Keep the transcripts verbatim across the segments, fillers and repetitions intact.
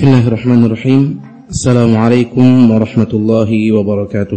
Bismillahirrahmanirrahim. Assalamualaikum warahmatullahi wabarakatuh.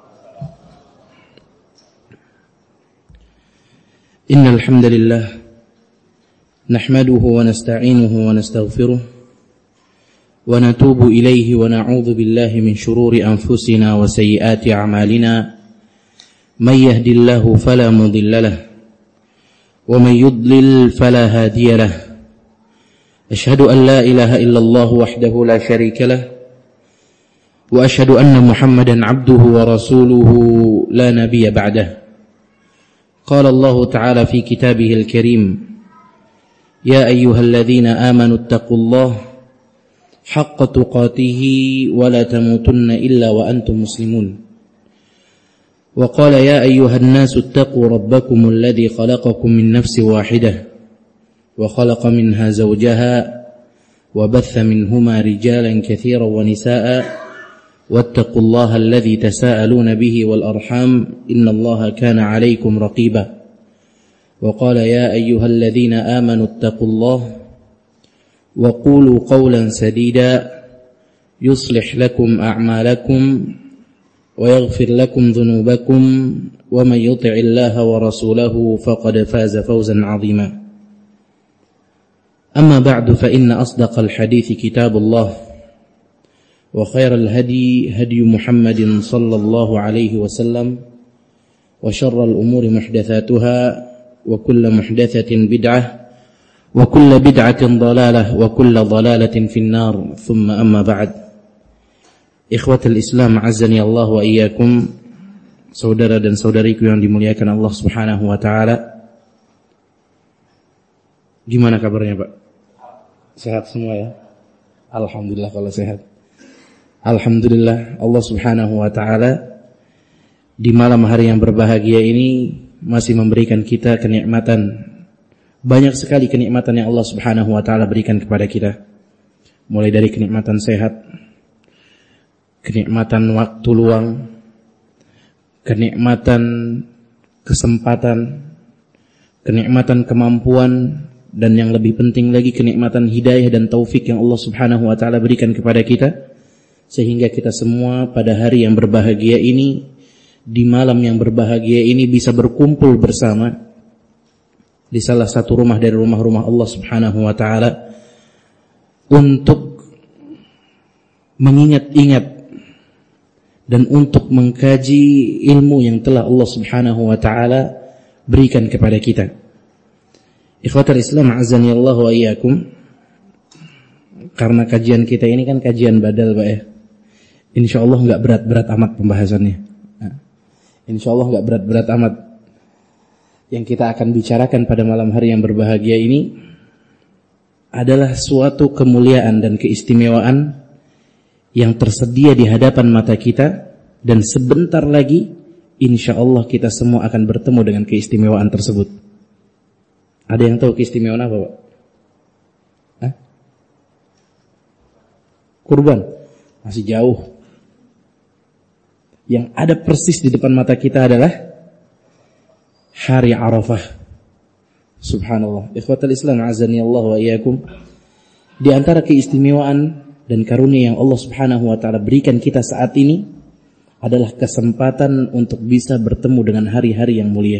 Innal hamdalillah nahmaduhu wa nasta'inuhu wa nastaghfiruh wa natubu ilayhi wa na'udzu billahi min shururi anfusina wa sayyiati a'malina. May yahdihillahu fala mudilla lahu wa may yudlil fala hadiya lahu. Asyhadu an la ilaha illallah wahdahu la syarika lah wa asyhadu anna Muhammadan abduhu wa rasuluhu la nabiyya ba'dah. Qala Allah ta'ala fi kitabihil karim, ya ayyuhalladzina amanu ittaqullaha haqqa tuqatih wa la tamutunna illa wa antum muslimun. Wa qala ya ayyuhan nasu ittaqu rabbakumul ladzi khalaqakum min nafsin wahidah وخلق منها زوجها وبث منهما رجالا كثيرا ونساء واتقوا الله الذي تساءلون به والأرحام إن الله كان عليكم رقيبا. وقال يا أيها الذين آمنوا اتقوا الله وقولوا قولا سديدا يصلح لكم أعمالكم ويغفر لكم ذنوبكم ومن يطع الله ورسوله فقد فاز فوزا عظيما. أما بعد فإن أصدق الحديث كتاب الله وخير الهدي هدي محمد صلى الله عليه وسلم وشر الأمور محدثاتها وكل محدثة بدعة وكل بدعة ضلالة وكل ضلالة في النار ثم أما بعد. إخوة الإسلام عزني الله وإياكم. Saudara dan saudariku yang dimuliakan Allah Subhanahu wa taala. Gimana kabarnya, Pak? Sehat semua ya? Alhamdulillah kalau sehat. Alhamdulillah Allah Subhanahu wa taala di malam hari yang berbahagia ini masih memberikan kita kenikmatan. Banyak sekali kenikmatan yang Allah Subhanahu wa taala berikan kepada kita. Mulai dari kenikmatan sehat, kenikmatan waktu luang, kenikmatan kesempatan, kenikmatan kemampuan, dan yang lebih penting lagi kenikmatan hidayah dan taufik yang Allah Subhanahu wa taala berikan kepada kita, sehingga kita semua pada hari yang berbahagia ini, di malam yang berbahagia ini bisa berkumpul bersama di salah satu rumah dari rumah-rumah Allah Subhanahu wa taala untuk mengingat-ingat dan untuk mengkaji ilmu yang telah Allah Subhanahu wa taala berikan kepada kita. Ikhwatal Islam azani Allah wa iyyakum. Karena kajian kita ini kan kajian badal, Pak ya. Insyaallah enggak berat-berat amat pembahasannya. Nah, insyaallah enggak berat-berat amat. Yang kita akan bicarakan pada malam hari yang berbahagia ini adalah suatu kemuliaan dan keistimewaan yang tersedia di hadapan mata kita, dan sebentar lagi insyaallah kita semua akan bertemu dengan keistimewaan tersebut. Ada yang tahu keistimewaan apa, Pak? Hah? Kurban? Masih jauh. Yang ada persis di depan mata kita adalah hari Arafah. Subhanallah. Ikhwatal Islam azani Allah wa iyyakum. Di antara keistimewaan dan karunia yang Allah Subhanahu wa taala berikan kita saat ini adalah kesempatan untuk bisa bertemu dengan hari-hari yang mulia.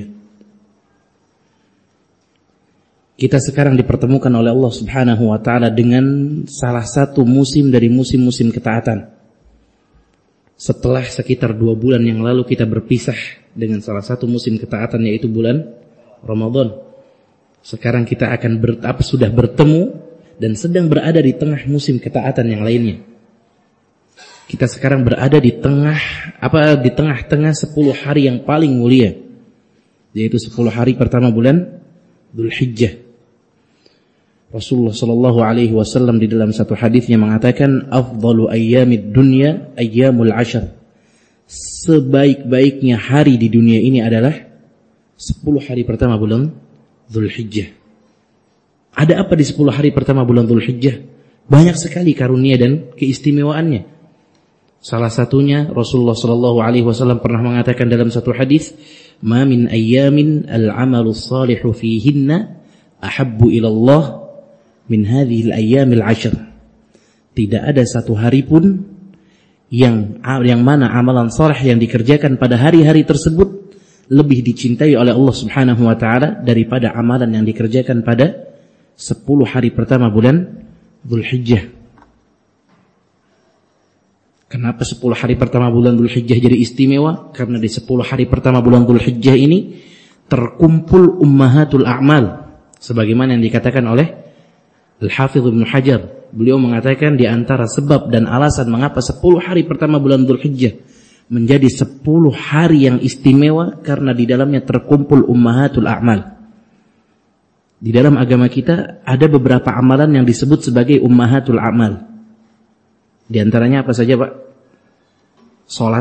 Kita sekarang dipertemukan oleh Allah Subhanahu wa taala dengan salah satu musim dari musim-musim ketaatan. Setelah sekitar dua bulan yang lalu kita berpisah dengan salah satu musim ketaatan, yaitu bulan Ramadan. Sekarang kita akan ber, apa, sudah bertemu dan sedang berada di tengah musim ketaatan yang lainnya. Kita sekarang berada di tengah apa di tengah-tengah sepuluh hari yang paling mulia, yaitu sepuluh hari pertama bulan Dzulhijjah. Rasulullah sallallahu alaihi wasallam di dalam satu hadisnya mengatakan, afdalu ayyamid dunya ayyamul ashr. Sebaik-baiknya hari di dunia ini adalah sepuluh hari pertama bulan Dzulhijjah. Ada apa di sepuluh hari pertama bulan Dzulhijjah? Banyak sekali karunia dan keistimewaannya. Salah satunya Rasulullah sallallahu alaihi wasallam pernah mengatakan dalam satu hadis, "Ma min ayyamin al-'amalu shalihu fihinna ahabbu ila Allah min hadhihi al-ayyamil 'ashr." tidak ada satu hari pun yang yang mana amalan saleh yang dikerjakan pada hari-hari tersebut lebih dicintai oleh Allah Subhanahu wa taala daripada amalan yang dikerjakan pada sepuluh hari pertama bulan Dzulhijjah. Kenapa sepuluh hari pertama bulan Dzulhijjah jadi istimewa? Karena di sepuluh hari pertama bulan Dzulhijjah ini terkumpul ummahatul a'mal, sebagaimana yang dikatakan oleh Al-Hafidz Ibnu Hajar. Beliau mengatakan di antara sebab dan alasan mengapa sepuluh hari pertama bulan Dzulhijjah menjadi sepuluh hari yang istimewa karena di dalamnya terkumpul ummahatul a'mal. Di dalam agama kita ada beberapa amalan yang disebut sebagai ummahatul a'mal. Di antaranya apa saja, Pak? Salat,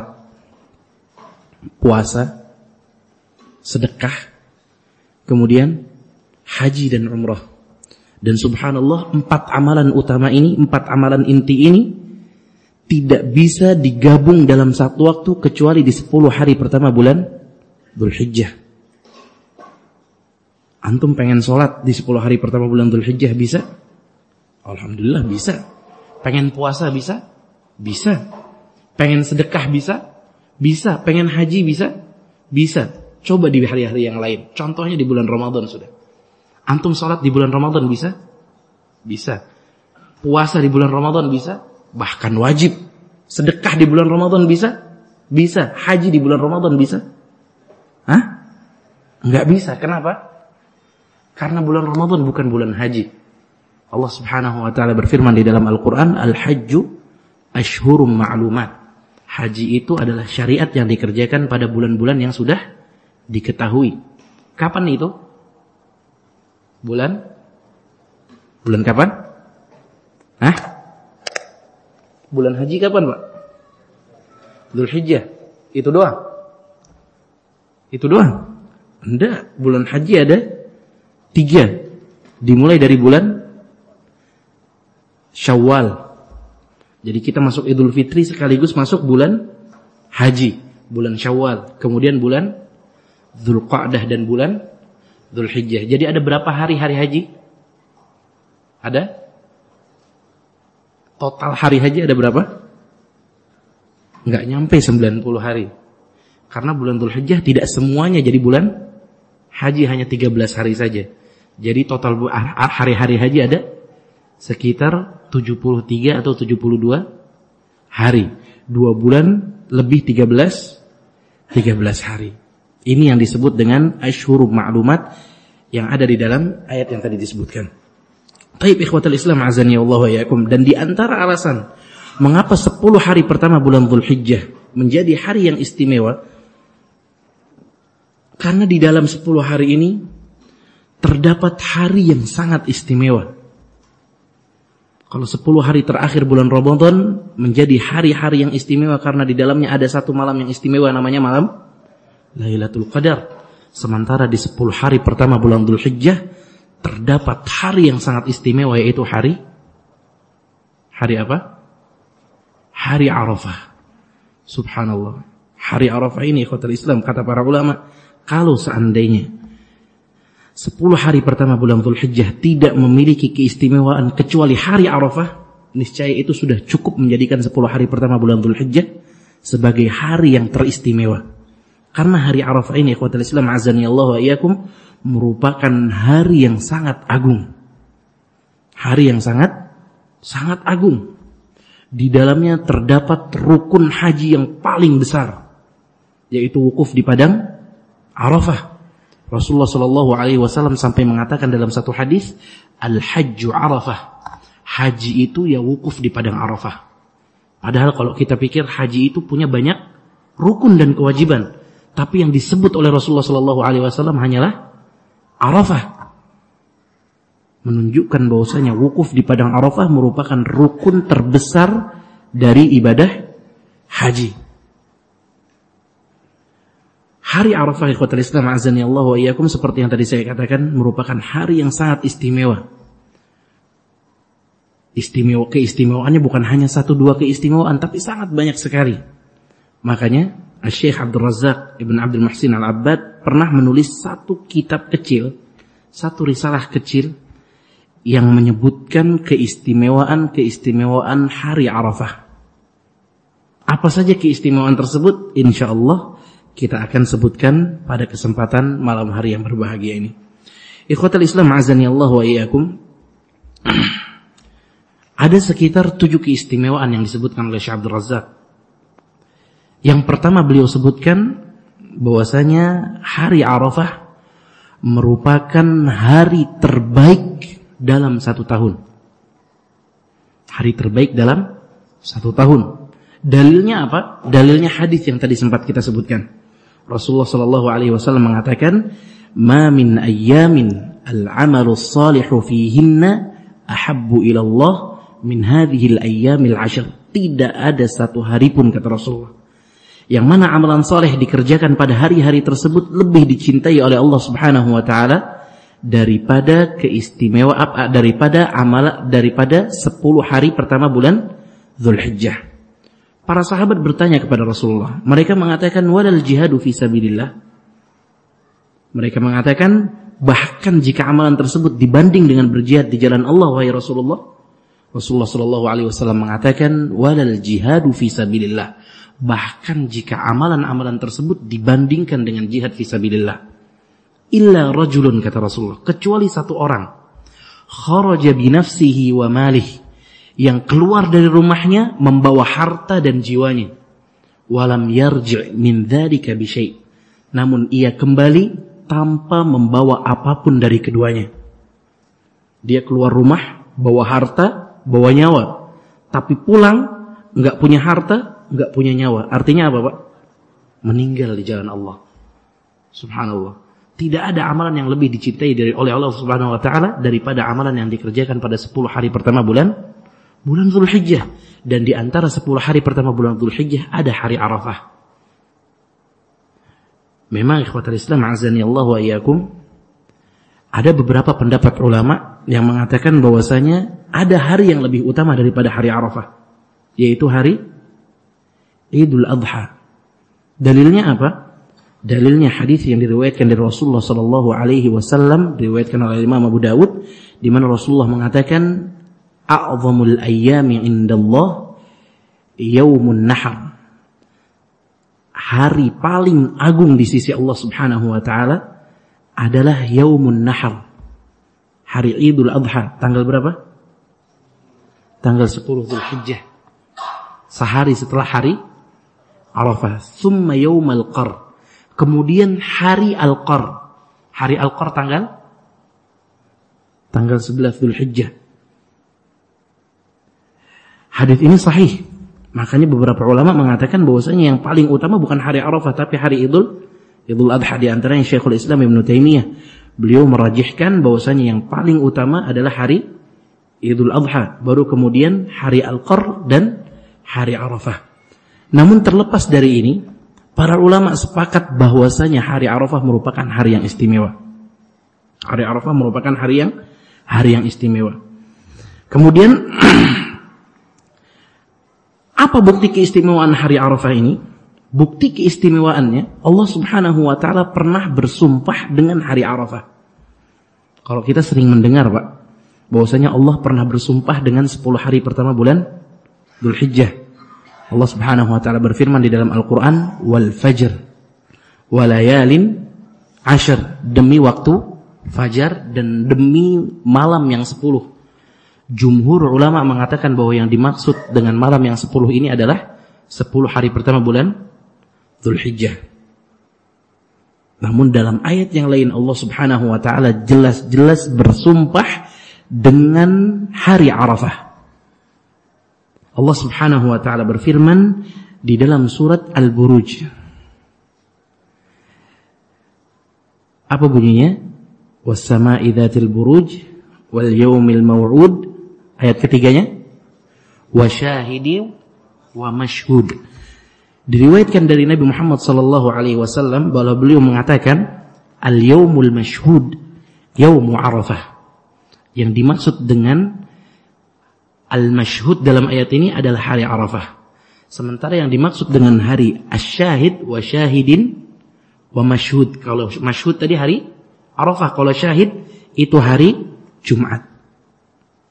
puasa, sedekah, kemudian haji dan umrah. Dan subhanallah, empat amalan utama ini, empat amalan inti ini tidak bisa digabung dalam satu waktu kecuali di sepuluh hari pertama bulan Dzulhijjah. Antum pengen sholat di sepuluh hari pertama bulan Dzulhijjah bisa? Alhamdulillah bisa. Pengen puasa bisa? Bisa. Pengen sedekah bisa? Bisa. Pengen haji bisa? Bisa. Coba di hari-hari yang lain. Contohnya di bulan Ramadan sudah. Antum sholat di bulan Ramadan bisa? Bisa. Puasa di bulan Ramadan bisa? Bahkan wajib. Sedekah di bulan Ramadan bisa? Bisa. Haji di bulan Ramadan bisa? Hah? Enggak bisa. Kenapa? Karena bulan Ramadan bukan bulan haji. Allah Subhanahu wa taala berfirman di dalam Al-Qur'an, Al-Hajju Ashhurum Ma'lumat. Haji itu adalah syariat yang dikerjakan pada bulan-bulan yang sudah diketahui. Kapan itu? Bulan? Bulan kapan? Hah? Bulan haji kapan, Pak? Dzulhijjah. Itu doang? Itu doang? Enggak, bulan haji ada tiga. Dimulai dari bulan Syawal. Jadi kita masuk Idul Fitri sekaligus masuk bulan haji, bulan Syawal. Kemudian bulan Dzulqa'dah dan bulan Dzulhijjah. Jadi ada berapa hari hari haji? Ada? Total hari haji ada berapa? Enggak nyampe sembilan puluh hari. Karena bulan Dzulhijjah tidak semuanya jadi bulan haji, hanya tiga belas hari saja. Jadi total hari-hari haji ada sekitar tujuh puluh tiga atau tujuh puluh dua hari. Dua bulan lebih tiga belas hari. Ini yang disebut dengan Ashhurum Ma'lumat yang ada di dalam ayat yang tadi disebutkan. Taib ikhwatal Islam azani Allah wa iyyakum. Dan di antara alasan mengapa sepuluh hari pertama bulan Dzulhijjah menjadi hari yang istimewa, karena di dalam sepuluh hari ini terdapat hari yang sangat istimewa. Kalau sepuluh hari terakhir bulan Ramadan menjadi hari-hari yang istimewa karena di dalamnya ada satu malam yang istimewa, namanya malam Lailatul Qadar. Sementara di sepuluh hari pertama bulan Dzulhijjah terdapat hari yang sangat istimewa, yaitu hari hari apa? Hari Arafah. Subhanallah. Hari Arafah ini ikhwatul Islam, kata para ulama, kalau seandainya sepuluh hari pertama bulan Dzulhijjah tidak memiliki keistimewaan kecuali hari Arafah, niscaya itu sudah cukup menjadikan sepuluh hari pertama bulan Dzulhijjah sebagai hari yang teristimewa. Karena hari Arafah ini ikhwatul Islam azani Allah wa iyyakum merupakan hari yang sangat agung. Hari yang sangat sangat agung. Di dalamnya terdapat rukun haji yang paling besar, yaitu wukuf di padang Arafah. Rasulullah sallallahu alaihi wasallam sampai mengatakan dalam satu hadis, Al-Hajju Arafah. Haji itu ya wukuf di padang Arafah. Padahal kalau kita pikir haji itu punya banyak rukun dan kewajiban, tapi yang disebut oleh Rasulullah sallallahu alaihi wasallam hanyalah Arafah. Menunjukkan bahwasanya wukuf di padang Arafah merupakan rukun terbesar dari ibadah haji. Hari Arafah ikhwatul Islam azani Allah wa iyyakum, seperti yang tadi saya katakan, merupakan hari yang sangat istimewa. Istimewa keistimewaannya bukan hanya satu dua keistimewaan, tapi sangat banyak sekali. Makanya Syekh Abdul Razzaq Ibn Abdul Muhsin Al-Abbad pernah menulis satu kitab kecil, satu risalah kecil yang menyebutkan keistimewaan-keistimewaan hari Arafah. Apa saja keistimewaan tersebut? Insyaallah kita akan sebutkan pada kesempatan malam hari yang berbahagia ini. Ikhwatal Islam azani Allah wa iyyakum. Ada sekitar tujuh keistimewaan yang disebutkan oleh Syekh Abdul Razak. Yang pertama beliau sebutkan bahwasanya hari Arafah merupakan hari terbaik dalam satu tahun. Hari terbaik dalam satu tahun. Dalilnya apa? Dalilnya hadis yang tadi sempat kita sebutkan. Rasulullah sallallahu alaihi wasallam mengatakan, "Ma min ayyamin al-'amalu shalihu fihinna ahabbu ila Allah min hadhihi al-ayyamil 'ashr." Tidak ada satu hari pun, kata Rasulullah, yang mana amalan saleh dikerjakan pada hari-hari tersebut lebih dicintai oleh Allah Subhanahu wa taala daripada keistimewaan daripada amal daripada sepuluh hari pertama bulan Dzulhijjah. Para sahabat bertanya kepada Rasulullah. Mereka mengatakan walal jihadu fi sabilillah. Mereka mengatakan bahkan jika amalan tersebut dibanding dengan berjihad di jalan Allah, wahai Rasulullah. Rasulullah sallallahu alaihi wasallam mengatakan walal jihadu fi sabilillah. Bahkan jika amalan-amalan tersebut dibandingkan dengan jihad fi sabilillah. Illa rajulun, kata Rasulullah, kecuali satu orang. Kharaja bi nafsihi wa malihi, yang keluar dari rumahnya membawa harta dan jiwanya. Walam yarji' min dzalika bi syai', namun ia kembali tanpa membawa apapun dari keduanya. Dia keluar rumah bawa harta, bawa nyawa, tapi pulang enggak punya harta, enggak punya nyawa. Artinya apa, Pak? Meninggal di jalan Allah. Subhanallah. Tidak ada amalan yang lebih dicintai dari oleh Allah Subhanahu wa taala daripada amalan yang dikerjakan pada sepuluh hari pertama bulan bulan Dzulhijjah. Dan di antara sepuluh hari pertama bulan Dzulhijjah ada hari Arafah. Memang ikhwatal Islam azani Allah wa iyyakum, ada beberapa pendapat ulama yang mengatakan bahwasanya ada hari yang lebih utama daripada hari Arafah, yaitu hari Idul Adha. Dalilnya apa? Dalilnya hadis yang diriwayatkan dari Rasulullah sallallahu alaihi wasallam, diriwayatkan oleh Imam Abu Dawud, di mana Rasulullah mengatakan a'zamul ayyami indallah yaumun nahar. Hari paling agung di sisi Allah Subhanahu wa taala adalah yaumun nahar. Hari Idul Adha, tanggal berapa? Tanggal sepuluh Dzulhijjah. Sehari setelah hari Arafah. Tsumma yaumal qar. Kemudian hari Al-Qar. Hari Al-Qar tanggal tanggal sebelas Dzulhijjah. Hadis ini sahih. Makanya beberapa ulama mengatakan bahwasanya yang paling utama bukan hari Arafah tapi hari Idul Idul Adha. Di antaranya Syekhul Islam Ibnu Taimiyah, beliau merajihkan bahwasanya yang paling utama adalah hari Idul Adha, baru kemudian hari Al-Qar dan hari Arafah. Namun terlepas dari ini, para ulama sepakat bahwasanya hari Arafah merupakan hari yang istimewa. Hari Arafah merupakan hari yang hari yang istimewa. Kemudian apa bukti keistimewaan hari Arafah ini? Bukti keistimewaannya, Allah Subhanahu wa taala pernah bersumpah dengan hari Arafah. Kalau kita sering mendengar, Pak, bahwasanya Allah pernah bersumpah dengan sepuluh hari pertama bulan Dzulhijjah. Allah Subhanahu wa taala berfirman di dalam Al-Qur'an, "Wal fajr wa layalin ashr," demi waktu fajar dan demi malam yang sepuluh. Jumhur ulama mengatakan bahwa yang dimaksud dengan malam yang sepuluh ini adalah sepuluh hari pertama bulan Dzulhijjah. Namun dalam ayat yang lain Allah Subhanahu wa taala jelas-jelas bersumpah dengan hari Arafah. Allah Subhanahu wa taala berfirman di dalam surat Al-Buruj. Apa bunyinya? Was-sama'i dzatil buruj wal yaumil maw'ud. Ayat ketiganya, wa syahidin wa mashhud. Diriwayatkan dari Nabi Muhammad sallallahu alaihi wasallam bahwa beliau mengatakan al-yaumul mashhud yaumu Arafah. Yang dimaksud dengan al-mashhud dalam ayat ini adalah hari Arafah. Sementara yang dimaksud dengan hari asy-syahid wa syahidin wa mashhud, kalau mashhud tadi hari Arafah, kalau syahid itu hari Jumat.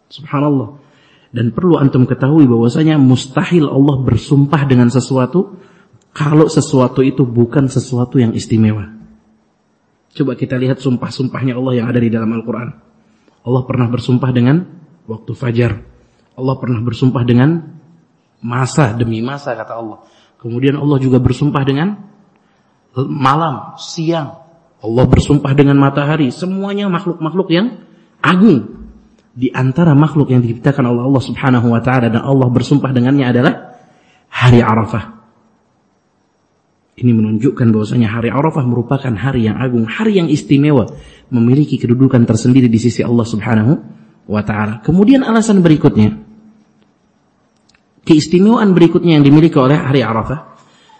Subhanallah. Dan perlu antum ketahui bahwasanya mustahil Allah bersumpah dengan sesuatu kalau sesuatu itu bukan sesuatu yang istimewa. Coba kita lihat sumpah-sumpahnya Allah yang ada di dalam Al-Quran. Allah pernah bersumpah dengan waktu fajar. Allah pernah bersumpah dengan masa demi masa, kata Allah. Kemudian Allah juga bersumpah dengan malam, siang. Allah bersumpah dengan matahari. Semuanya makhluk-makhluk yang agung. Di antara makhluk yang diciptakan oleh Allah Subhanahu wa ta'ala dan Allah bersumpah dengannya adalah hari Arafah. Ini menunjukkan bahwasanya hari Arafah merupakan hari yang agung, hari yang istimewa, memiliki kedudukan tersendiri di sisi Allah Subhanahu wa ta'ala. Kemudian alasan berikutnya, keistimewaan berikutnya yang dimiliki oleh hari Arafah,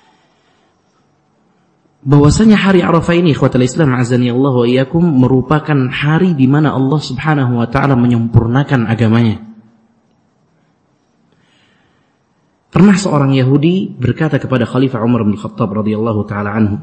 bahwasanya hari Arafah ini, ikhwatal Islam azani Allah wa iyyakum, merupakan hari di mana Allah Subhanahu wa ta'ala menyempurnakan agamanya. Pernah seorang Yahudi berkata kepada Khalifah Umar bin Khattab radhiyallahu taala anhu.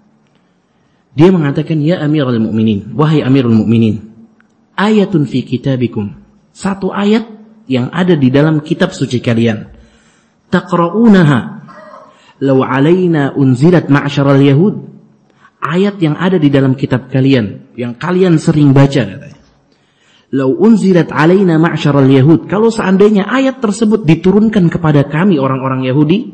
Dia mengatakan, "Ya Amirul Mukminin, wahai Amirul Mukminin, ayatun fi kitabikum." Satu ayat yang ada di dalam kitab suci kalian. Taqra'unaha law 'alaina unzilat ma'syaral yahud. Ayat yang ada di dalam kitab kalian yang kalian sering baca, katanya. Law unzilat 'alaina ma'syaral yahud. Kalau seandainya ayat tersebut diturunkan kepada kami orang-orang Yahudi,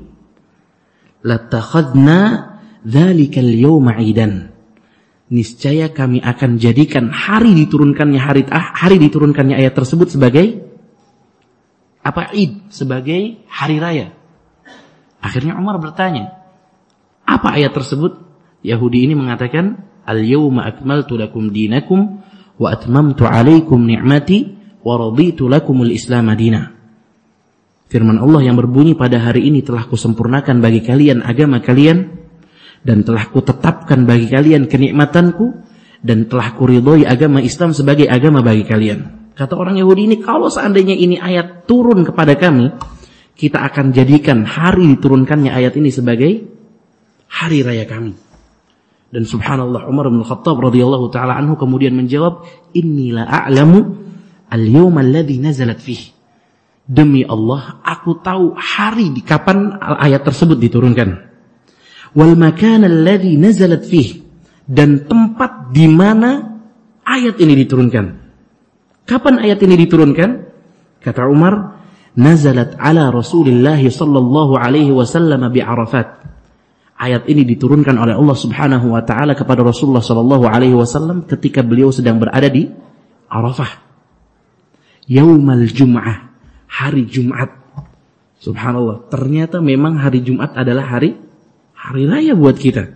latakhadna dzalikal yawma 'idan. Niscaya kami akan jadikan hari diturunkannya hari hari diturunkannya ayat tersebut sebagai apa? Id, sebagai hari raya. Akhirnya Umar bertanya, apa ayat tersebut? Yahudi ini mengatakan, al-yawma akmaltu lakum dinakum wa atmamtu alaikum ni'mati wa raditu lakumul islam madina. Firman Allah yang berbunyi, pada hari ini telah kusempurnakan bagi kalian agama kalian dan telah kutetapkan bagi kalian kenikmatanku dan telah kuridhoi agama Islam sebagai agama bagi kalian. Kata orang Yahudi ini, kalau seandainya ini ayat turun kepada kami, kita akan jadikan hari diturunkannya ayat ini sebagai hari raya kami. Dan subhanallah, Umar bin Khattab radhiyallahu taala anhu kemudian menjawab, "Inni la a'lamu al-yawma alladhi nazalat fihi." Demi Allah, aku tahu hari di kapan ayat tersebut diturunkan. Wal makan alladhi nazalat fihi, dan tempat di mana ayat ini diturunkan. Kapan ayat ini diturunkan? Kata Umar, nazalat ala Rasulillah sallallahu alaihi wasallam bi Arafat. Ayat ini diturunkan oleh Allah Subhanahu wa taala kepada Rasulullah sallallahu alaihi wasallam ketika beliau sedang berada di Arafah. Yaumal Jum'ah, hari Jumat. Subhanallah, ternyata memang hari Jumat adalah hari hari raya buat kita.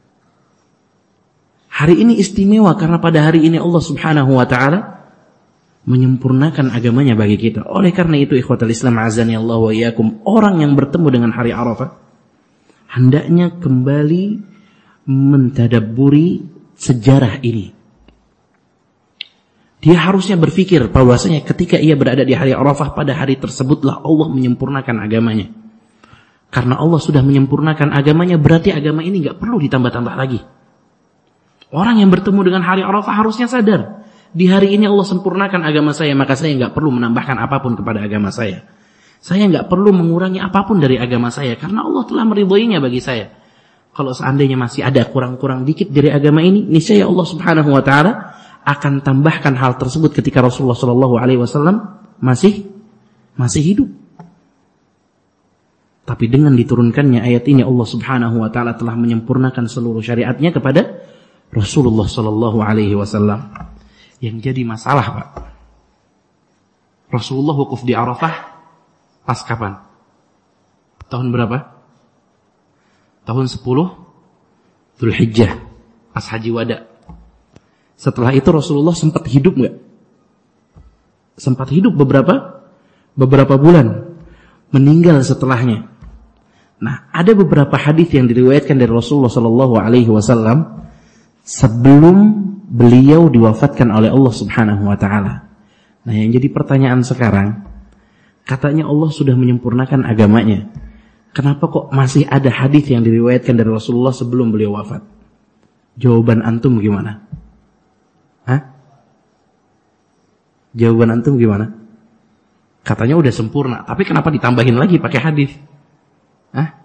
Hari ini istimewa karena pada hari ini Allah Subhanahu wa taala menyempurnakan agamanya bagi kita. Oleh karena itu, ikhwatal Islam azani Allah wa iyyakum, orang yang bertemu dengan hari Arafah hendaknya kembali mentadabburi sejarah ini. Dia harusnya berpikir bahwasanya ketika ia berada di hari Arafah, pada hari tersebutlah Allah menyempurnakan agamanya. Karena Allah sudah menyempurnakan agamanya, berarti agama ini gak perlu ditambah-tambah lagi. Orang yang bertemu dengan hari Arafah harusnya sadar, di hari ini Allah sempurnakan agama saya, maka saya gak perlu menambahkan apapun kepada agama saya. Saya nggak perlu mengurangi apapun dari agama saya, karena Allah telah meridhoinya bagi saya. Kalau seandainya masih ada kurang-kurang dikit dari agama ini, niscaya Allah Subhanahu wa taala akan tambahkan hal tersebut ketika Rasulullah Shallallahu alaihi wasallam masih masih hidup. Tapi dengan diturunkannya ayat ini, Allah Subhanahu wa taala telah menyempurnakan seluruh syariatnya kepada Rasulullah Shallallahu alaihi wasallam. Yang jadi masalah, Pak, Rasulullah wukuf di Arafah pas kapan? Tahun berapa? Tahun sepuluh Dzulhijjah, pas Haji Wada. Setelah itu Rasulullah sempat hidup enggak? Sempat hidup beberapa beberapa bulan. Meninggal setelahnya. Nah, ada beberapa hadis yang diriwayatkan dari Rasulullah sallallahu alaihi wasallam sebelum beliau diwafatkan oleh Allah Subhanahu wa taala. Nah, yang jadi pertanyaan sekarang, katanya Allah sudah menyempurnakan agamanya. Kenapa kok masih ada hadis yang diriwayatkan dari Rasulullah sebelum beliau wafat? Jawaban antum gimana? Hah? Jawaban antum gimana? Katanya udah sempurna, tapi kenapa ditambahin lagi pakai hadis? Hah?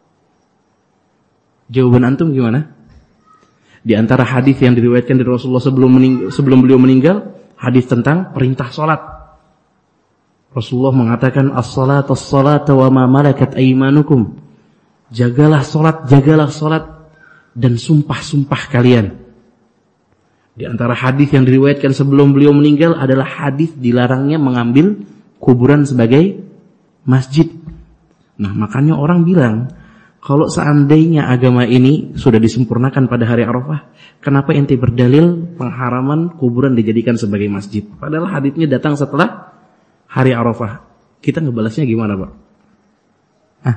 Jawaban antum gimana? Di antara hadis yang diriwayatkan dari Rasulullah sebelum meninggal, sebelum beliau meninggal, hadis tentang perintah salat. Rasulullah mengatakan as-salat as-salat wa ma malakat aymanukum. Jagalah salat, jagalah salat dan sumpah-sumpah kalian. Di antara hadis yang diriwayatkan sebelum beliau meninggal adalah hadis dilarangnya mengambil kuburan sebagai masjid. Nah, makanya orang bilang, kalau seandainya agama ini sudah disempurnakan pada hari Arafah, kenapa ente berdalil pengharaman kuburan dijadikan sebagai masjid? Padahal hadisnya datang setelah hari Arafah. Kita ngebalasnya gimana, Pak? Hah?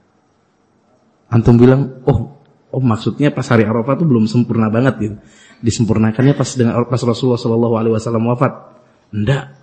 Antum bilang, oh, oh maksudnya pas hari Arafah itu belum sempurna banget gitu. Disempurnakannya pas dengan pas Rasulullah Shallallahu Alaihi Wasallam wafat. Enggak.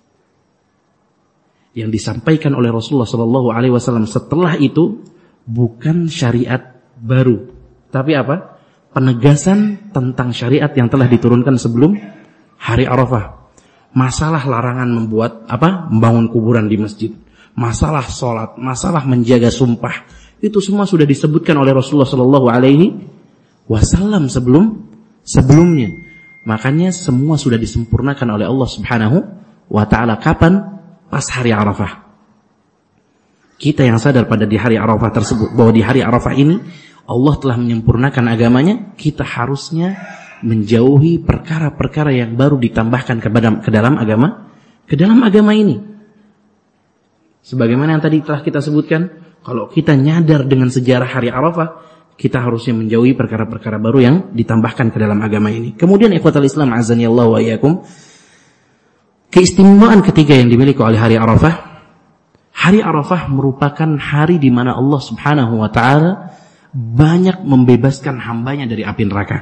Yang disampaikan oleh Rasulullah Shallallahu Alaihi Wasallam setelah itu bukan syariat baru, tapi apa? Penegasan tentang syariat yang telah diturunkan sebelum hari Arafah. Masalah larangan membuat apa? Membangun kuburan di masjid, masalah sholat, masalah menjaga sumpah, itu semua sudah disebutkan oleh Rasulullah Shallallahu Alaihi Wasallam sebelum sebelumnya. Makanya semua sudah disempurnakan oleh Allah Subhanahu Wa Taala. Kapan? Pas hari Arafah. Kita yang sadar pada di hari Arafah tersebut, bahwa di hari Arafah ini Allah telah menyempurnakan agamanya, kita harusnya menjauhi perkara-perkara yang baru ditambahkan kepada ke dalam agama, ke dalam agama ini. Sebagaimana yang tadi telah kita sebutkan, kalau kita nyadar dengan sejarah hari Arafah, kita harusnya menjauhi perkara-perkara baru yang ditambahkan ke dalam agama ini. Kemudian ikhwatal Islam azanillahu wa iyyakum, keistimewaan ketiga yang dimiliki oleh hari Arafah, hari Arafah merupakan hari di mana Allah Subhanahu wa Ta'ala banyak membebaskan hambanya dari api neraka.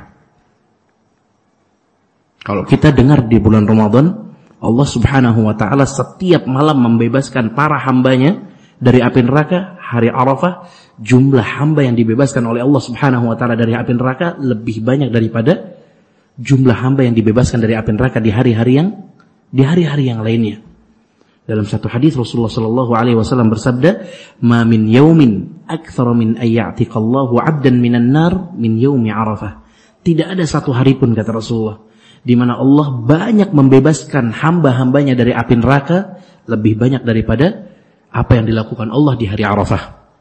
Kalau kita dengar di bulan Ramadan, Allah Subhanahu wa Ta'ala setiap malam membebaskan para hambanya dari api neraka. Hari Arafah, jumlah hamba yang dibebaskan oleh Allah Subhanahu wa Ta'ala dari api neraka lebih banyak daripada jumlah hamba yang dibebaskan dari api neraka di hari-hari yang di hari-hari yang lainnya. Dalam satu hadis Rasulullah sallallahu alaihi wasallam bersabda, "Ma min yaumin aktsara min ayyatiqallahu 'abdan minan nar min yaumi Arafah." Tidak ada satu hari pun, kata Rasulullah, di mana Allah banyak membebaskan hamba-hambanya dari api neraka lebih banyak daripada apa yang dilakukan Allah di hari Arafah.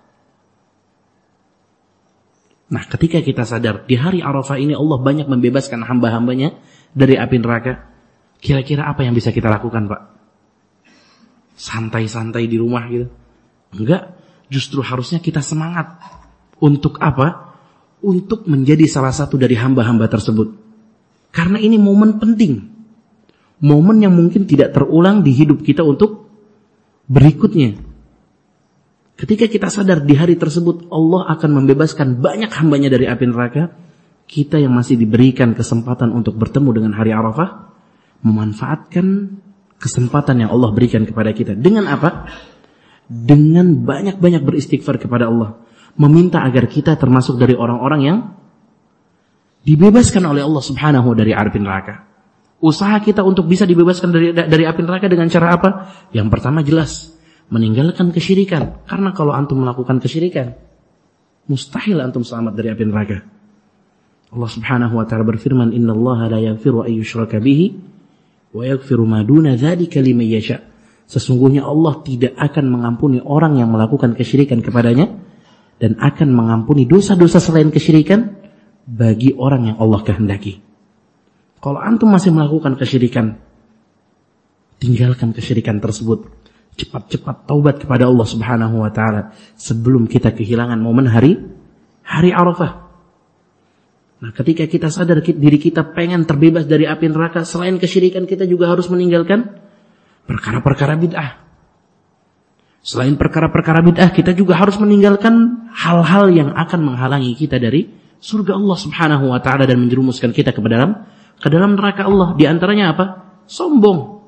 Nah, ketika kita sadar di hari Arafah ini Allah banyak membebaskan hamba-hambanya dari api neraka, kira-kira apa yang bisa kita lakukan, Pak? Santai-santai di rumah gitu? Enggak, justru harusnya kita semangat. Untuk apa? Untuk menjadi salah satu dari hamba-hamba tersebut. Karena ini momen penting. Momen yang mungkin tidak terulang di hidup kita untuk berikutnya. Ketika kita sadar di hari tersebut Allah akan membebaskan banyak hambanya dari api neraka, kita yang masih diberikan kesempatan untuk bertemu dengan hari Arafah, memanfaatkan kesempatan yang Allah berikan kepada kita. Dengan apa? Dengan banyak-banyak beristighfar kepada Allah. Meminta agar kita termasuk dari orang-orang yang dibebaskan oleh Allah Subhanahu dari api neraka. Usaha kita untuk bisa dibebaskan dari dari api neraka dengan cara apa? Yang pertama jelas, meninggalkan kesyirikan. Karena kalau antum melakukan kesyirikan, mustahil antum selamat dari api neraka. Allah Subhanahu wa taala berfirman, "Innallaha la yaghfiru an yushraka bihi wa yaghfiru ma duna dzalika liman yasha." Sesungguhnya Allah tidak akan mengampuni orang yang melakukan kesyirikan kepadanya dan akan mengampuni dosa-dosa selain kesyirikan bagi orang yang Allah kehendaki. Kalau antum masih melakukan kesyirikan, tinggalkan kesyirikan tersebut. Cepat-cepat taubat kepada Allah Subhanahu wa taala sebelum kita kehilangan momen hari hari Arafah. Nah, ketika kita sadar diri kita pengen terbebas dari api neraka, selain kesyirikan kita juga harus meninggalkan perkara-perkara bid'ah. Selain perkara-perkara bid'ah, kita juga harus meninggalkan hal-hal yang akan menghalangi kita dari surga Allah Subhanahu wa taala dan menjerumuskan kita ke dalam ke dalam neraka Allah. Di antaranya apa? Sombong.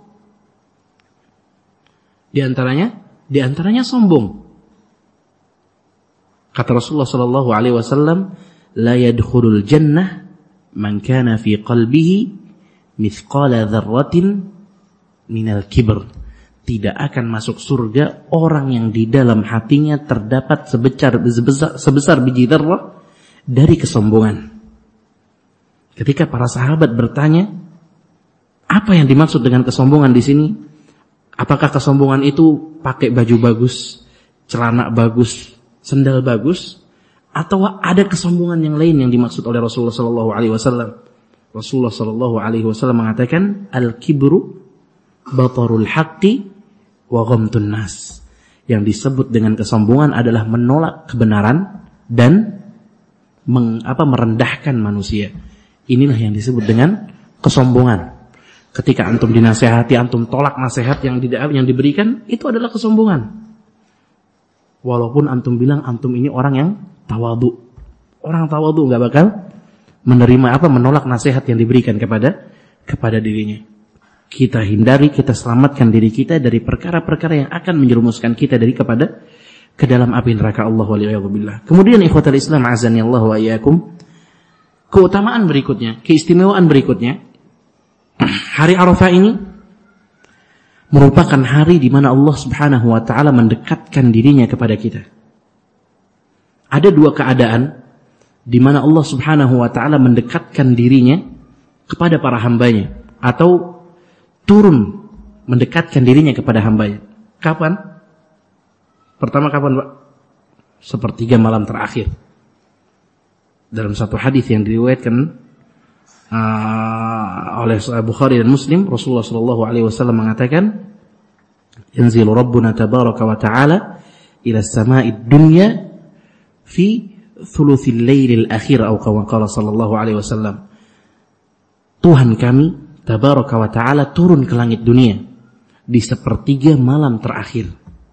Di antaranya, di antaranya sombong. Kata Rasulullah sallallahu alaihi wasallam, "La yadkhulul jannah man kana fi qalbihi mithqala dzarratin minal kibr." tidak akan masuk surga orang yang di dalam hatinya terdapat sebesar sebesar, sebesar biji dzarrah dari kesombongan. Ketika para sahabat bertanya, apa yang dimaksud dengan kesombongan di sini? Apakah kesombongan itu pakai baju bagus, celana bagus, sendal bagus, atau ada kesombongan yang lain yang dimaksud oleh Rasulullah sallallahu alaihi wasallam? Rasulullah sallallahu alaihi wasallam mengatakan, al-kibru batarul haqqi wa ghamtun nas. Yang disebut dengan kesombongan adalah menolak kebenaran dan meng, apa, merendahkan manusia. Inilah yang disebut dengan kesombongan. Ketika antum dinasehati, antum tolak nasihat yang di, yang diberikan, itu adalah kesombongan. Walaupun antum bilang antum ini orang yang tawadhu. Orang tawadhu enggak bakal menerima apa menolak nasihat yang diberikan kepada kepada dirinya. Kita hindari, kita selamatkan diri kita dari perkara-perkara yang akan menjerumuskan kita dari kepada ke dalam api neraka Allah waliyadzubillah. Kemudian ikhwatal Islam azani Allah wa iyyakum, keutamaan berikutnya, keistimewaan berikutnya, hari Arafah ini merupakan hari di mana Allah Subhanahu wa taala mendekatkan dirinya kepada kita. Ada dua keadaan di mana Allah Subhanahu wa taala mendekatkan dirinya kepada para hambanya atau turun mendekatkan dirinya kepada hambanya. Kapan? Pertama kapan, Pak? Sepertiga malam terakhir. Dalam satu hadis yang diriwayatkan Uh, oleh Bukhari dan Muslim, Rasulullah sallallahu alaihi wasallam mengatakan, yanzilu rabbuna tabaraka wa ta'ala ila as-sama'id dunya fi thuluthil lailil akhir atau kama qala sallallahu alaihi wasallam. Tuhan kami tabaraka wa ta'ala turun ke langit dunia di sepertiga malam terakhir.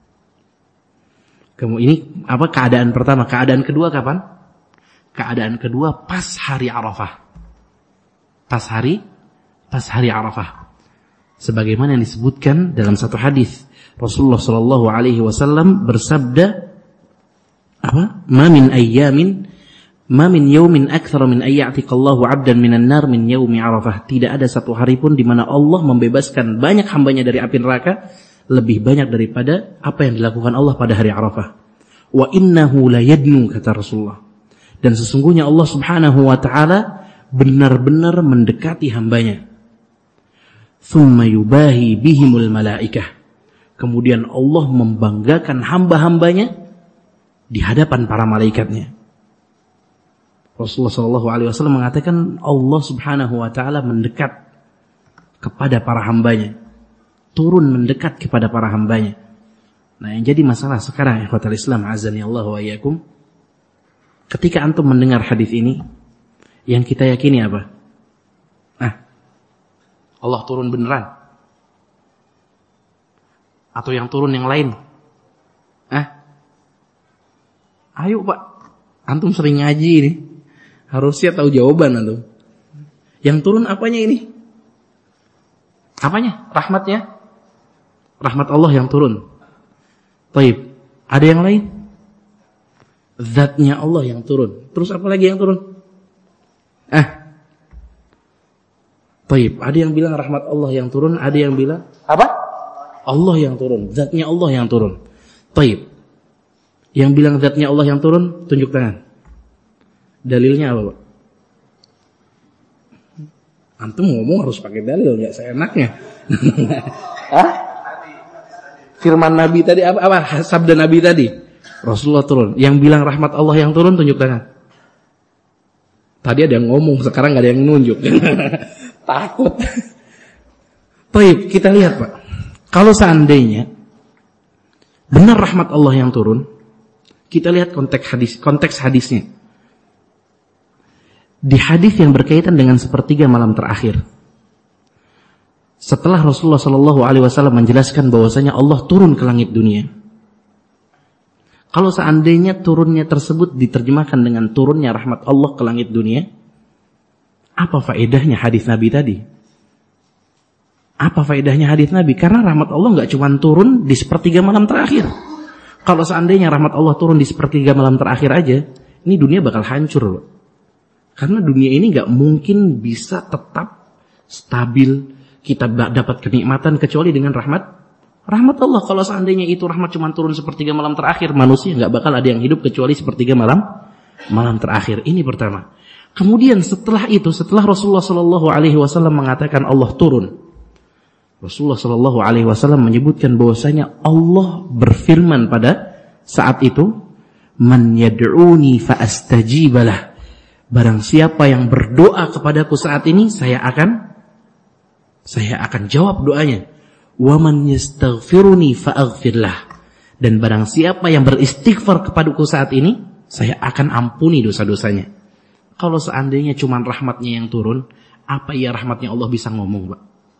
Kamu ini apa keadaan pertama? Keadaan kedua kapan? Keadaan kedua pas hari Arafah. Pas hari pas hari Arafah. Sebagaimana yang disebutkan dalam satu hadis, Rasulullah sallallahu alaihi wasallam bersabda, apa? Ma min ayyamin ma min yaumin aktsara min ayyatiqallahu 'abdan minan nar min yaumi Arafah. Tidak ada satu hari pun di mana Allah membebaskan banyak hambanya dari api neraka lebih banyak daripada apa yang dilakukan Allah pada hari Arafah. Wa innahu la yadnu, kata Rasulullah. Dan sesungguhnya Allah Subhanahu wa taala benar-benar mendekati hambanya. Thumma yubahi bihimul malaikah. Kemudian Allah membanggakan hamba-hambanya di hadapan para malaikatnya. Rasulullah shallallahu alaihi wasallam mengatakan Allah Subhanahu wa taala mendekat kepada para hambanya, turun mendekat kepada para hambanya. Nah, yang jadi masalah sekarang ikhwatal Islam azani Allah wa iyyakum, ketika antum mendengar hadis ini, yang kita yakini apa? Ah, Allah turun beneran? Atau yang turun yang lain? Ah, ayo Pak, antum sering ngaji ini, harusnya tahu jawaban antum. Yang turun apanya ini? Apanya? Rahmatnya? Rahmat Allah yang turun. Baik, ada yang lain? Zatnya Allah yang turun. Terus apa lagi yang turun? Ah, baik, ada yang bilang rahmat Allah yang turun, ada yang bilang apa? Allah yang turun, zatnya Allah yang turun. Baik, yang bilang zatnya Allah yang turun, tunjuk tangan. Dalilnya apa, Pak? Antum ngomong harus pakai dalil, nggak seenaknya. Hah? Firman Nabi tadi apa? Apa? Sabda Nabi tadi. Rasulullah turun. Yang bilang rahmat Allah yang turun, tunjuk tangan. Tadi ada yang ngomong, sekarang nggak ada yang nunjuk. Takut. Baik, kita lihat Pak. Kalau seandainya benar rahmat Allah yang turun, kita lihat konteks hadis, konteks hadisnya. Di hadis yang berkaitan dengan sepertiga malam terakhir, setelah Rasulullah Shallallahu Alaihi Wasallam menjelaskan bahwasanya Allah turun ke langit dunia. Kalau seandainya turunnya tersebut diterjemahkan dengan turunnya rahmat Allah ke langit dunia, apa faedahnya hadis Nabi tadi? Apa faedahnya hadis Nabi? Karena rahmat Allah nggak cuma turun di sepertiga malam terakhir. Kalau seandainya rahmat Allah turun di sepertiga malam terakhir aja, ini dunia bakal hancur loh. Karena dunia ini nggak mungkin bisa tetap stabil, kita dapat kenikmatan kecuali dengan rahmat Rahmat Allah, kalau seandainya itu rahmat cuma turun sepertiga malam terakhir, manusia nggak bakal ada yang hidup kecuali sepertiga malam malam terakhir. Ini pertama. Kemudian setelah itu, setelah Rasulullah Shallallahu Alaihi Wasallam mengatakan Allah turun, Rasulullah Shallallahu Alaihi Wasallam menyebutkan bahwasanya Allah berfirman pada saat itu, Man yad'uni fa astajibalah. Barang siapa yang berdoa kepadaku saat ini, saya akan saya akan jawab doanya. Wa man yastaghfiruni fa aghfirlah. Dan barang siapa yang beristighfar kepadaku saat ini, saya akan ampuni dosa-dosanya. Kalau seandainya cuma rahmatnya yang turun, apa ya rahmatnya Allah bisa ngomong, Pak?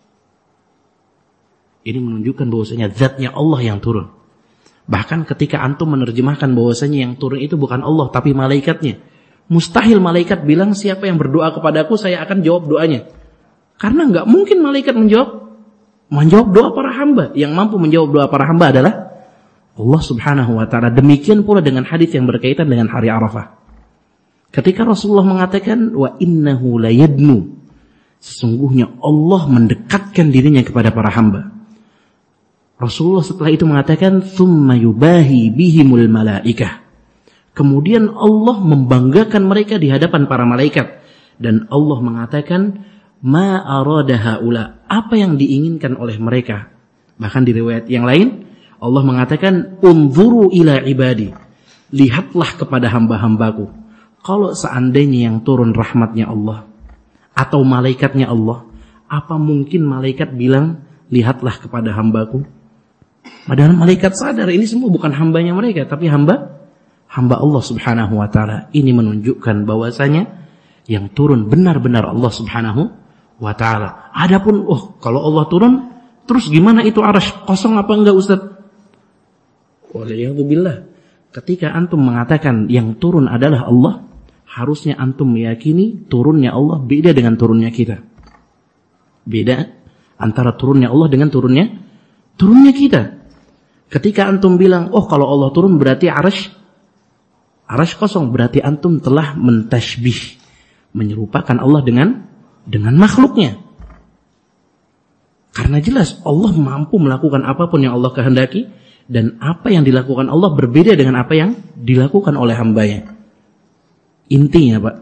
Ini menunjukkan bahwasanya zatnya Allah yang turun. Bahkan ketika antum menerjemahkan bahwasanya yang turun itu bukan Allah tapi malaikatnya, mustahil malaikat bilang siapa yang berdoa kepadaku saya akan jawab doanya. Karena nggak mungkin malaikat menjawab menjawab doa para hamba. Yang mampu menjawab doa para hamba adalah Allah Subhanahu wa taala. Demikian pula dengan hadis yang berkaitan dengan hari Arafah. Ketika Rasulullah mengatakan wa innahu layadnu, sesungguhnya Allah mendekatkan dirinya kepada para hamba. Rasulullah setelah itu mengatakan tsumma yubahi bihimul malaikah. Kemudian Allah membanggakan mereka di hadapan para malaikat, dan Allah mengatakan ma arada haula, apa yang diinginkan oleh mereka. Bahkan di riwayat yang lain Allah mengatakan unzuru ila ibadi, lihatlah kepada hamba-hambaku. Kalau seandainya yang turun rahmatnya Allah atau malaikatnya Allah, apa mungkin malaikat bilang lihatlah kepada hambaku? Padahal malaikat sadar ini semua bukan hambanya mereka, tapi hamba hamba Allah Subhanahu wa taala. Ini menunjukkan bahwasanya yang turun benar-benar Allah Subhanahu wa taala. Adapun oh kalau Allah turun, terus gimana itu arsy? Kosong apa enggak, Ustaz? Waliyadzubillah. Ketika antum mengatakan yang turun adalah Allah, harusnya antum meyakini turunnya Allah beda dengan turunnya kita. Beda antara turunnya Allah dengan turunnya turunnya kita. Ketika antum bilang, oh kalau Allah turun berarti arsy arsy kosong, berarti antum telah mentashbih, menyerupakan Allah dengan dengan makhluknya. Karena jelas Allah mampu melakukan apapun yang Allah kehendaki, dan apa yang dilakukan Allah berbeda dengan apa yang dilakukan oleh hambanya. Intinya, Pak,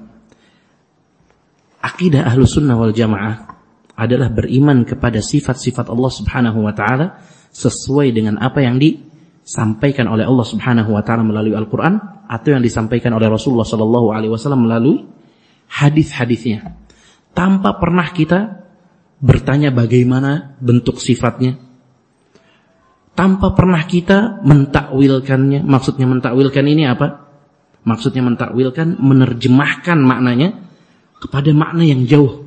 akidah Ahlus Sunnah wal Jamaah adalah beriman kepada sifat-sifat Allah Subhanahu wa taala sesuai dengan apa yang disampaikan oleh Allah Subhanahu wa taala melalui Al-Qur'an atau yang disampaikan oleh Rasulullah sallallahu alaihi wasallam melalui hadis-hadisnya. Tanpa pernah kita bertanya bagaimana bentuk sifatnya. Tanpa pernah kita mentakwilkannya. Maksudnya mentakwilkan ini apa? Maksudnya mentakwilkan, menerjemahkan maknanya kepada makna yang jauh.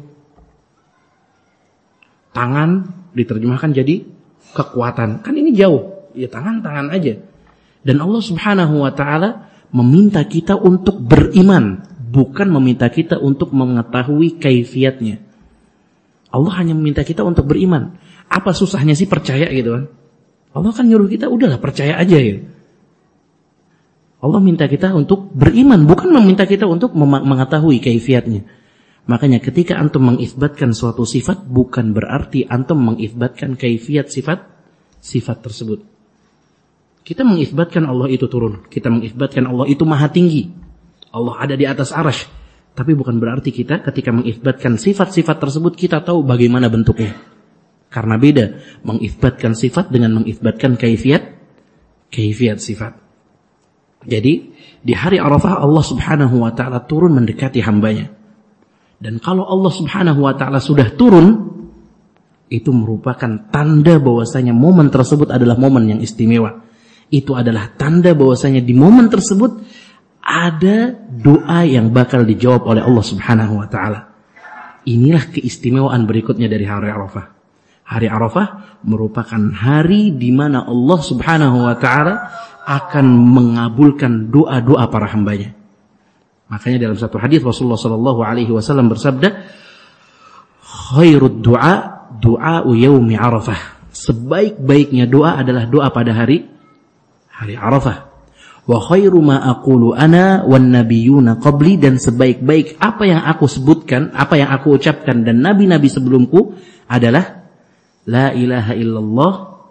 Tangan diterjemahkan jadi kekuatan. Kan ini jauh. Ya tangan-tangan aja. Dan Allah Subhanahu wa taala meminta kita untuk beriman, bukan meminta kita untuk mengetahui kaifiatnya. Allah hanya meminta kita untuk beriman. Apa susahnya sih percaya gitu kan? Allah kan nyuruh kita udahlah percaya aja ya. Allah minta kita untuk beriman, bukan meminta kita untuk mengetahui kaifiatnya. Makanya ketika antum mengisbatkan suatu sifat, bukan berarti antum mengisbatkan kaifiat sifat sifat tersebut. Kita mengisbatkan Allah itu turun, kita mengisbatkan Allah itu maha tinggi, Allah ada di atas arsy. Tapi bukan berarti kita ketika mengisbatkan sifat-sifat tersebut kita tahu bagaimana bentuknya. Karena beda mengisbatkan sifat dengan mengisbatkan kaifiat kaifiat sifat. Jadi di hari Arafah Allah Subhanahu wa taala turun mendekati hambanya. Dan kalau Allah Subhanahu wa taala sudah turun, itu merupakan tanda bahwasanya momen tersebut adalah momen yang istimewa. Itu adalah tanda bahwasanya di momen tersebut ada doa yang bakal dijawab oleh Allah Subhanahu wa taala. Inilah keistimewaan berikutnya dari hari Arafah. Hari Arafah merupakan hari di mana Allah Subhanahu wa taala akan mengabulkan doa-doa para hambanya. Makanya dalam satu hadis Rasulullah sallallahu alaihi wasallam bersabda, "Khairud du'a du'a yaumi Arafah." Sebaik-baiknya doa adalah doa pada hari hari Arafah. Wa khairu ma aqulu ana wan nabiyyuna qabli, dan sebaik-baik apa yang aku sebutkan, apa yang aku ucapkan dan nabi-nabi sebelumku adalah la ilaha illallah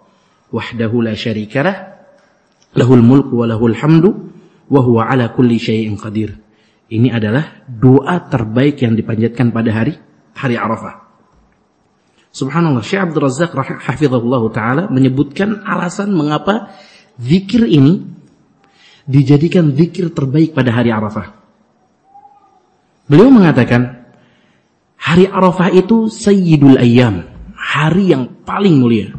wahdahu la syarikalah, lahul mulku wa lahul hamdu wa huwa ala kulli syai'in qadir. Ini adalah doa terbaik yang dipanjatkan pada hari hari Arafah. Subhanallah, Syekh Abdul Razzaq hafizahullah taala menyebutkan alasan mengapa zikir ini dijadikan zikir terbaik pada hari Arafah. Beliau mengatakan, hari Arafah itu sayyidul ayyam, hari yang paling mulia.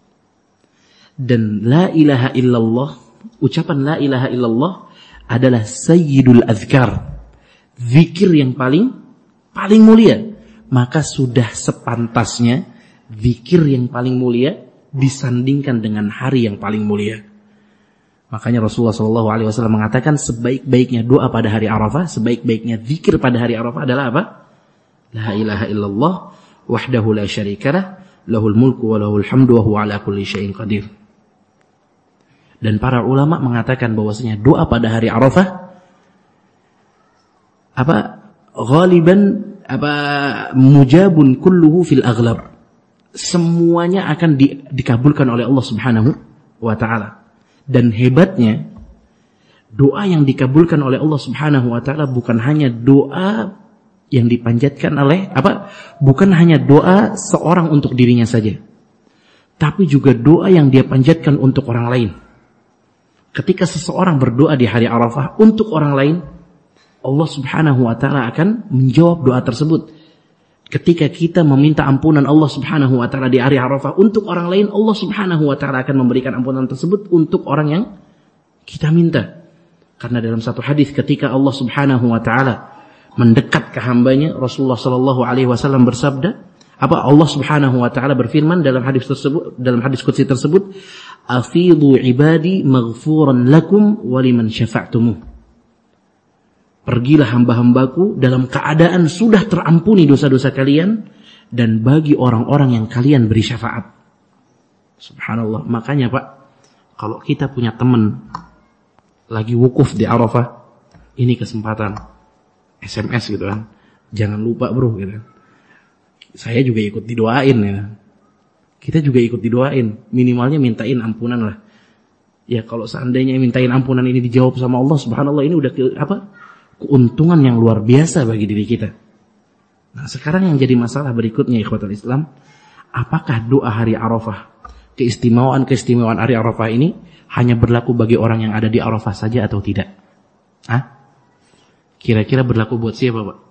Dan la ilaha illallah, ucapan la ilaha illallah adalah sayyidul azkar, zikir yang paling paling mulia. Maka sudah sepantasnya zikir yang paling mulia disandingkan dengan hari yang paling mulia. Makanya Rasulullah shallallahu alaihi wasallam mengatakan sebaik-baiknya doa pada hari Arafah, sebaik-baiknya zikir pada hari Arafah adalah apa? La ilaha illallah wahdahu la syarikalah, lahul mulku wa lahul hamdu wa huwa ala kulli syai'in qadir. Dan para ulama mengatakan bahwasanya doa pada hari Arafah apa? Ghaliban apa mujabun kulluhu fil aghlab, semuanya akan di, dikabulkan oleh Allah Subhanahu wa taala. Dan hebatnya doa yang dikabulkan oleh Allah Subhanahu wa taala bukan hanya doa yang dipanjatkan oleh apa? Bukan hanya doa seorang untuk dirinya saja, tapi juga doa yang dia panjatkan untuk orang lain. Ketika seseorang berdoa di hari Arafah untuk orang lain, Allah Subhanahu wa taala akan menjawab doa tersebut. Ketika kita meminta ampunan Allah Subhanahu wa taala di hari Arafah untuk orang lain, Allah Subhanahu wa taala akan memberikan ampunan tersebut untuk orang yang kita minta. Karena dalam satu hadis ketika Allah Subhanahu wa taala mendekat ke hambanya, Rasulullah sallallahu alaihi wasallam bersabda, apa Allah Subhanahu wa taala berfirman dalam hadis tersebut, dalam hadis qudsi tersebut, "Afidhu ibadi maghfuran lakum wa liman syafa'tumuh." Pergilah hamba-hambaku dalam keadaan sudah terampuni dosa-dosa kalian dan bagi orang-orang yang kalian beri syafaat. Subhanallah. Makanya Pak, kalau kita punya teman lagi wukuf di Arafah, ini kesempatan S M S gitu kan. Jangan lupa bro gitu. Saya juga ikut didoain ya. Kita juga ikut didoain. Minimalnya mintain ampunan lah. Ya kalau seandainya mintain ampunan ini dijawab sama Allah, subhanallah, ini udah ke, apa? keuntungan yang luar biasa bagi diri kita. Nah, sekarang yang jadi masalah berikutnya ikhwatul Islam, apakah doa hari Arafah, keistimewaan-keistimewaan hari Arafah ini hanya berlaku bagi orang yang ada di Arafah saja atau tidak? Hah? Kira-kira berlaku buat siapa, Pak?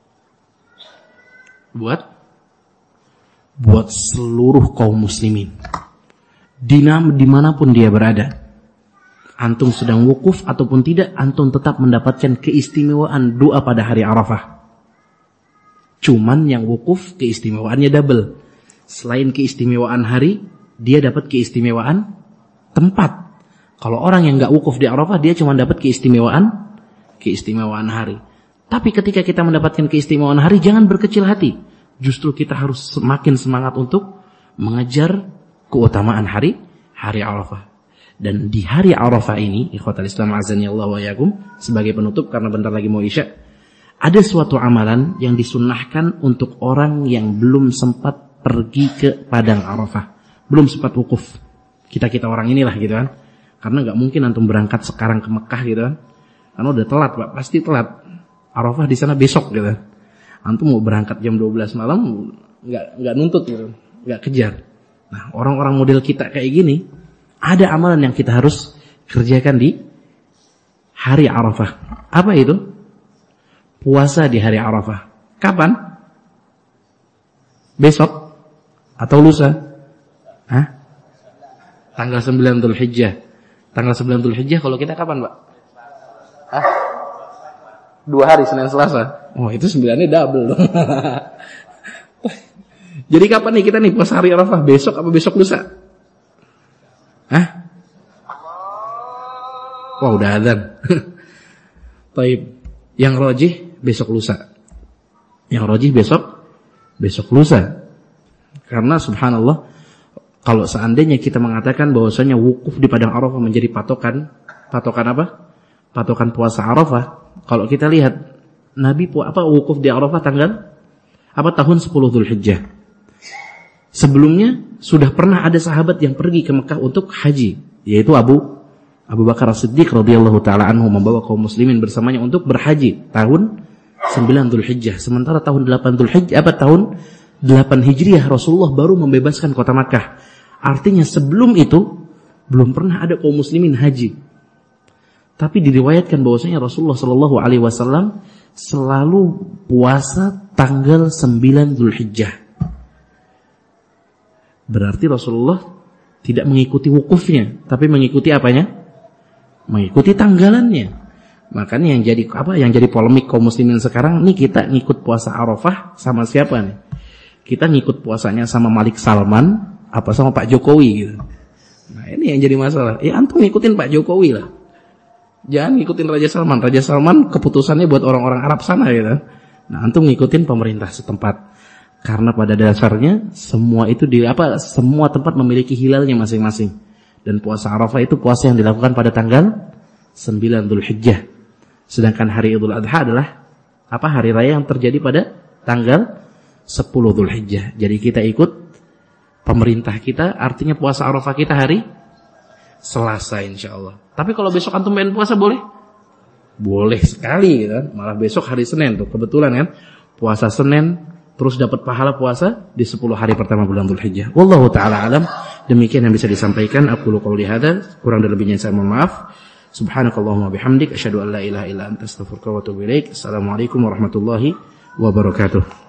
Buat buat seluruh kaum muslimin. Dinam dimanapun dia berada. Antum sedang wukuf ataupun tidak, antum tetap mendapatkan keistimewaan doa pada hari Arafah. Cuman yang wukuf keistimewaannya double. Selain keistimewaan hari, dia dapat keistimewaan tempat. Kalau orang yang nggak wukuf di Arafah, dia cuma dapat keistimewaan keistimewaan hari. Tapi ketika kita mendapatkan keistimewaan hari, jangan berkecil hati. Justru kita harus semakin semangat untuk mengejar keutamaan hari hari Arafah. Dan di hari Arafah ini, ikhwatal Islam azani Allah wa yakum, sebagai penutup karena bentar lagi mau Isya, ada suatu amalan yang disunnahkan untuk orang yang belum sempat pergi ke padang Arafah, belum sempat wukuf. Kita-kita orang inilah gitu kan. Karena enggak mungkin antum berangkat sekarang ke Mekah gitu kan. Karena udah telat, Pak, pasti telat. Arafah di sana besok gitu. Antum mau berangkat jam dua belas malam enggak enggak nuntut gitu, enggak kejar. Nah, orang-orang model kita kayak gini, ada amalan yang kita harus kerjakan di hari Arafah. Apa itu? Puasa di hari Arafah. Kapan? Besok? Atau lusa? Hah? Tanggal sembilan Dzulhijjah. Tanggal sembilan Dzulhijjah kalau kita kapan, Pak? Hah? Dua hari, Senin Selasa. Oh, itu sembilannya double dong. Jadi kapan nih kita nih puasa hari Arafah? Besok apa besok lusa? Hah? Wah, udah adzan. Baik. Yang rajih besok lusa. Yang rajih besok besok lusa. Karena subhanallah, kalau seandainya kita mengatakan bahwasanya wukuf di padang Arafah menjadi patokan, patokan apa? Patokan puasa Arafah. Kalau kita lihat Nabi apa wukuf di Arafah tanggal apa tahun sepuluh Dzulhijjah. Sebelumnya sudah pernah ada sahabat yang pergi ke Mekah untuk haji, yaitu Abu Abu Bakar As-Siddiq radhiyallahu taala anhu membawa kaum muslimin bersamanya untuk berhaji tahun sembilan Dzulhijjah. Sementara tahun delapan Dzulhijjah apa tahun delapan Hijriah Rasulullah baru membebaskan kota Makkah. Artinya sebelum itu belum pernah ada kaum muslimin haji. Tapi diriwayatkan bahwasanya Rasulullah sallallahu alaihi wasallam selalu puasa tanggal sembilan Dzulhijjah. Berarti Rasulullah tidak mengikuti wukufnya, tapi mengikuti apanya? Mengikuti tanggalannya. Makanya yang jadi apa? Yang jadi polemik kaum muslimin sekarang, nih kita ngikut puasa Arafah sama siapa nih? Kita ngikut puasanya sama Malik Salman apa sama Pak Jokowi gitu. Nah, ini yang jadi masalah. Ya antum ngikutin Pak Jokowi lah. Jangan ngikutin Raja Salman. Raja Salman keputusannya buat orang-orang Arab sana gitu. Nah, antum ngikutin pemerintah setempat. Karena pada dasarnya semua itu di apa? Semua tempat memiliki hilalnya masing-masing. Dan puasa Arafah itu puasa yang dilakukan pada tanggal sembilan Dzulhijjah. Sedangkan hari Idul Adha adalah apa? Hari raya yang terjadi pada tanggal sepuluh Dzulhijjah. Jadi kita ikut pemerintah kita, artinya puasa Arafah kita hari Selasa insyaallah. Tapi kalau besok antum pengen puasa boleh? Boleh sekali gitu kan. Malah besok hari Senin tuh kebetulan kan. Puasa Senin terus dapat pahala puasa di sepuluh hari pertama bulan Dzulhijjah. Wallahu taala alam. Demikian yang bisa disampaikan. Aqulu qouli hadza, kurang dan lebihnya saya mohon maaf. Subhanakallahumma bihamdik asyhadu an la ilaha illa anta astaghfiruka wa atubu ilaik. Assalamualaikum warahmatullahi wabarakatuh.